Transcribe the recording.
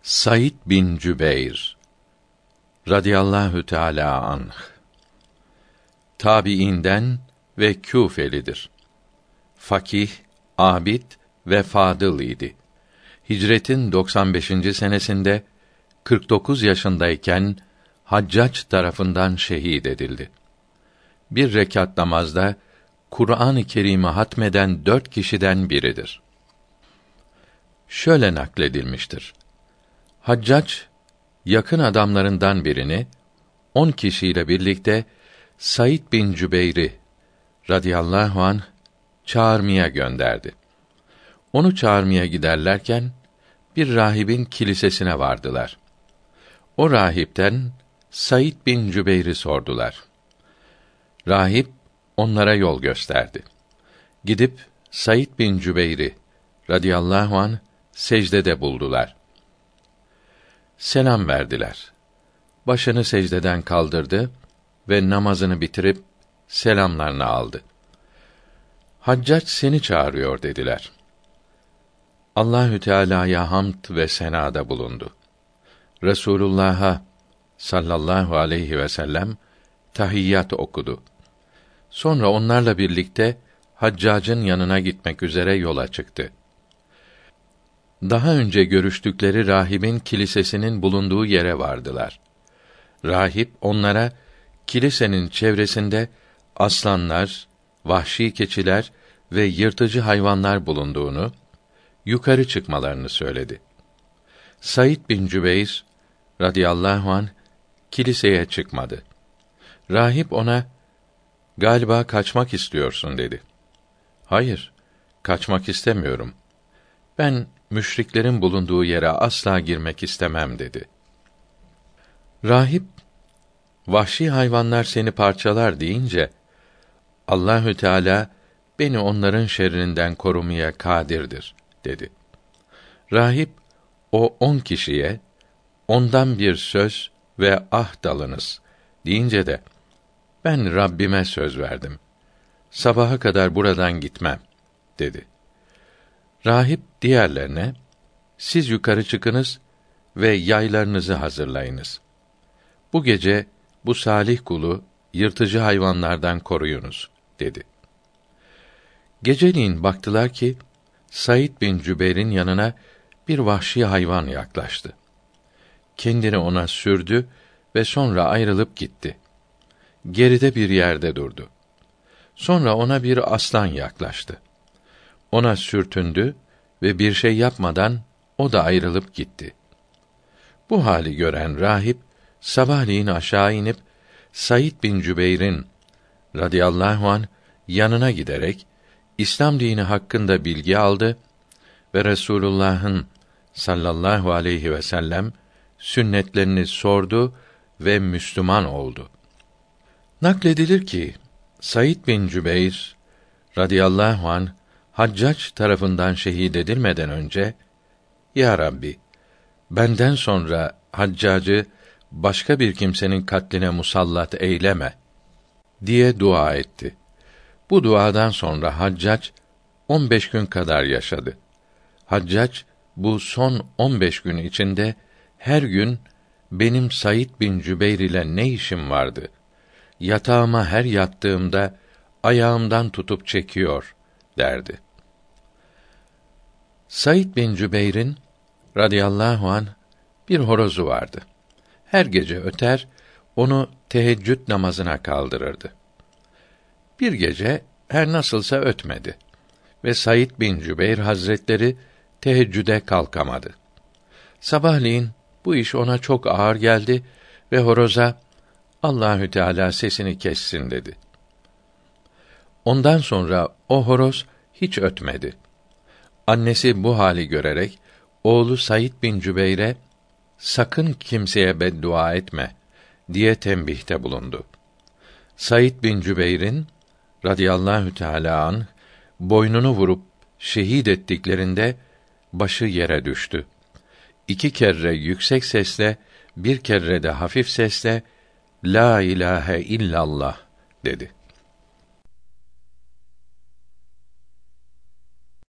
Said bin Cübeyr radıyallahu teâlâ anh tabiinden ve Küfelidir. Fakih, abid ve fadıl idi. Hicretin 95. senesinde 49 yaşındayken Haccac tarafından şehit edildi. Bir rekat namazda Kur'an-ı Kerim'i hatmeden 4 kişiden biridir. Şöyle nakledilmiştir. Haccac yakın adamlarından birini 10 kişiyle birlikte Said bin Cübeyr'i radıyallahu anh çağırmaya gönderdi. Onu çağırmaya giderlerken bir rahibin kilisesine vardılar. O rahipten Said bin Cübeyr'i sordular. Rahip onlara yol gösterdi. Gidip Said bin Cübeyr'i radıyallahu anh secdede buldular. Selam verdiler. Başını secdeden kaldırdı ve namazını bitirip selamlarını aldı. Haccac seni çağırıyor dediler. Allahü Teala'ya hamd ve senada bulundu. Resulullah'a sallallahu aleyhi ve sellem tahiyyat okudu. Sonra onlarla birlikte Haccac'ın yanına gitmek üzere yola çıktı. Daha önce görüştükleri rahibin kilisesinin bulunduğu yere vardılar. Rahip onlara kilisenin çevresinde aslanlar, vahşi keçiler ve yırtıcı hayvanlar bulunduğunu, yukarı çıkmalarını söyledi. Said bin Cübeyr radıyallahu anh kiliseye çıkmadı. Rahip ona "Galiba kaçmak istiyorsun." dedi. "Hayır, kaçmak istemiyorum. Ben müşriklerin bulunduğu yere asla girmek istemem." dedi. Rahip, "Vahşi hayvanlar seni parçalar." deyince, "Allahü Teala beni onların şerrinden korumaya kadirdir." dedi. Rahip, o 10 kişiye, "Ondan bir söz ve ahd alınız." deyince de, "Ben Rabbime söz verdim. Sabaha kadar buradan gitmem." dedi. Rahip diğerlerine, "Siz yukarı çıkınız ve yaylarınızı hazırlayınız. Bu gece bu salih kulu yırtıcı hayvanlardan koruyunuz." dedi. Geceliğin baktılar ki Said bin Cübeyr'in yanına bir vahşi hayvan yaklaştı. Kendini ona sürdü ve sonra ayrılıp gitti. Geride bir yerde durdu. Sonra ona bir aslan yaklaştı. Ona sürtündü ve bir şey yapmadan o da ayrılıp gitti. Bu hali gören rahip sabahleyin aşağı inip Said bin Cübeyr'in radıyallahu anh yanına giderek İslam dini hakkında bilgi aldı ve Resulullah'ın sallallahu aleyhi ve sellem sünnetlerini sordu ve Müslüman oldu. Nakledilir ki Said bin Cübeyr radıyallahu anh Haccac tarafından şehit edilmeden önce, "Ya Rabbi, benden sonra Haccac'ı başka bir kimsenin katline musallat eyleme." diye dua etti. Bu duadan sonra Haccac 15 gün kadar yaşadı. Haccac bu son 15 gün içinde her gün "Benim Said bin Cübeyr ile ne işim vardı? Yatağıma her yattığımda ayağımdan tutup çekiyor." derdi. Said bin Cübeyr'in radıyallahu anh bir horozu vardı. Her gece öter, onu teheccüd namazına kaldırırdı. Bir gece her nasılsa ötmedi ve Said bin Cübeyr Hazretleri teheccüde kalkamadı. Sabahleyin bu iş ona çok ağır geldi ve horoza "Allahü Teala sesini kessin." dedi. Ondan sonra o horoz hiç ötmedi. Annesi bu hali görerek oğlu Said bin Cübeyr'e "Sakın kimseye beddua etme." diye tembihte bulundu. Said bin Cübeyr'in radıyallahu teâlâ anh boynunu vurup şehit ettiklerinde başı yere düştü. 2 kere yüksek sesle, bir kere de hafif sesle "La ilahe illallah" dedi.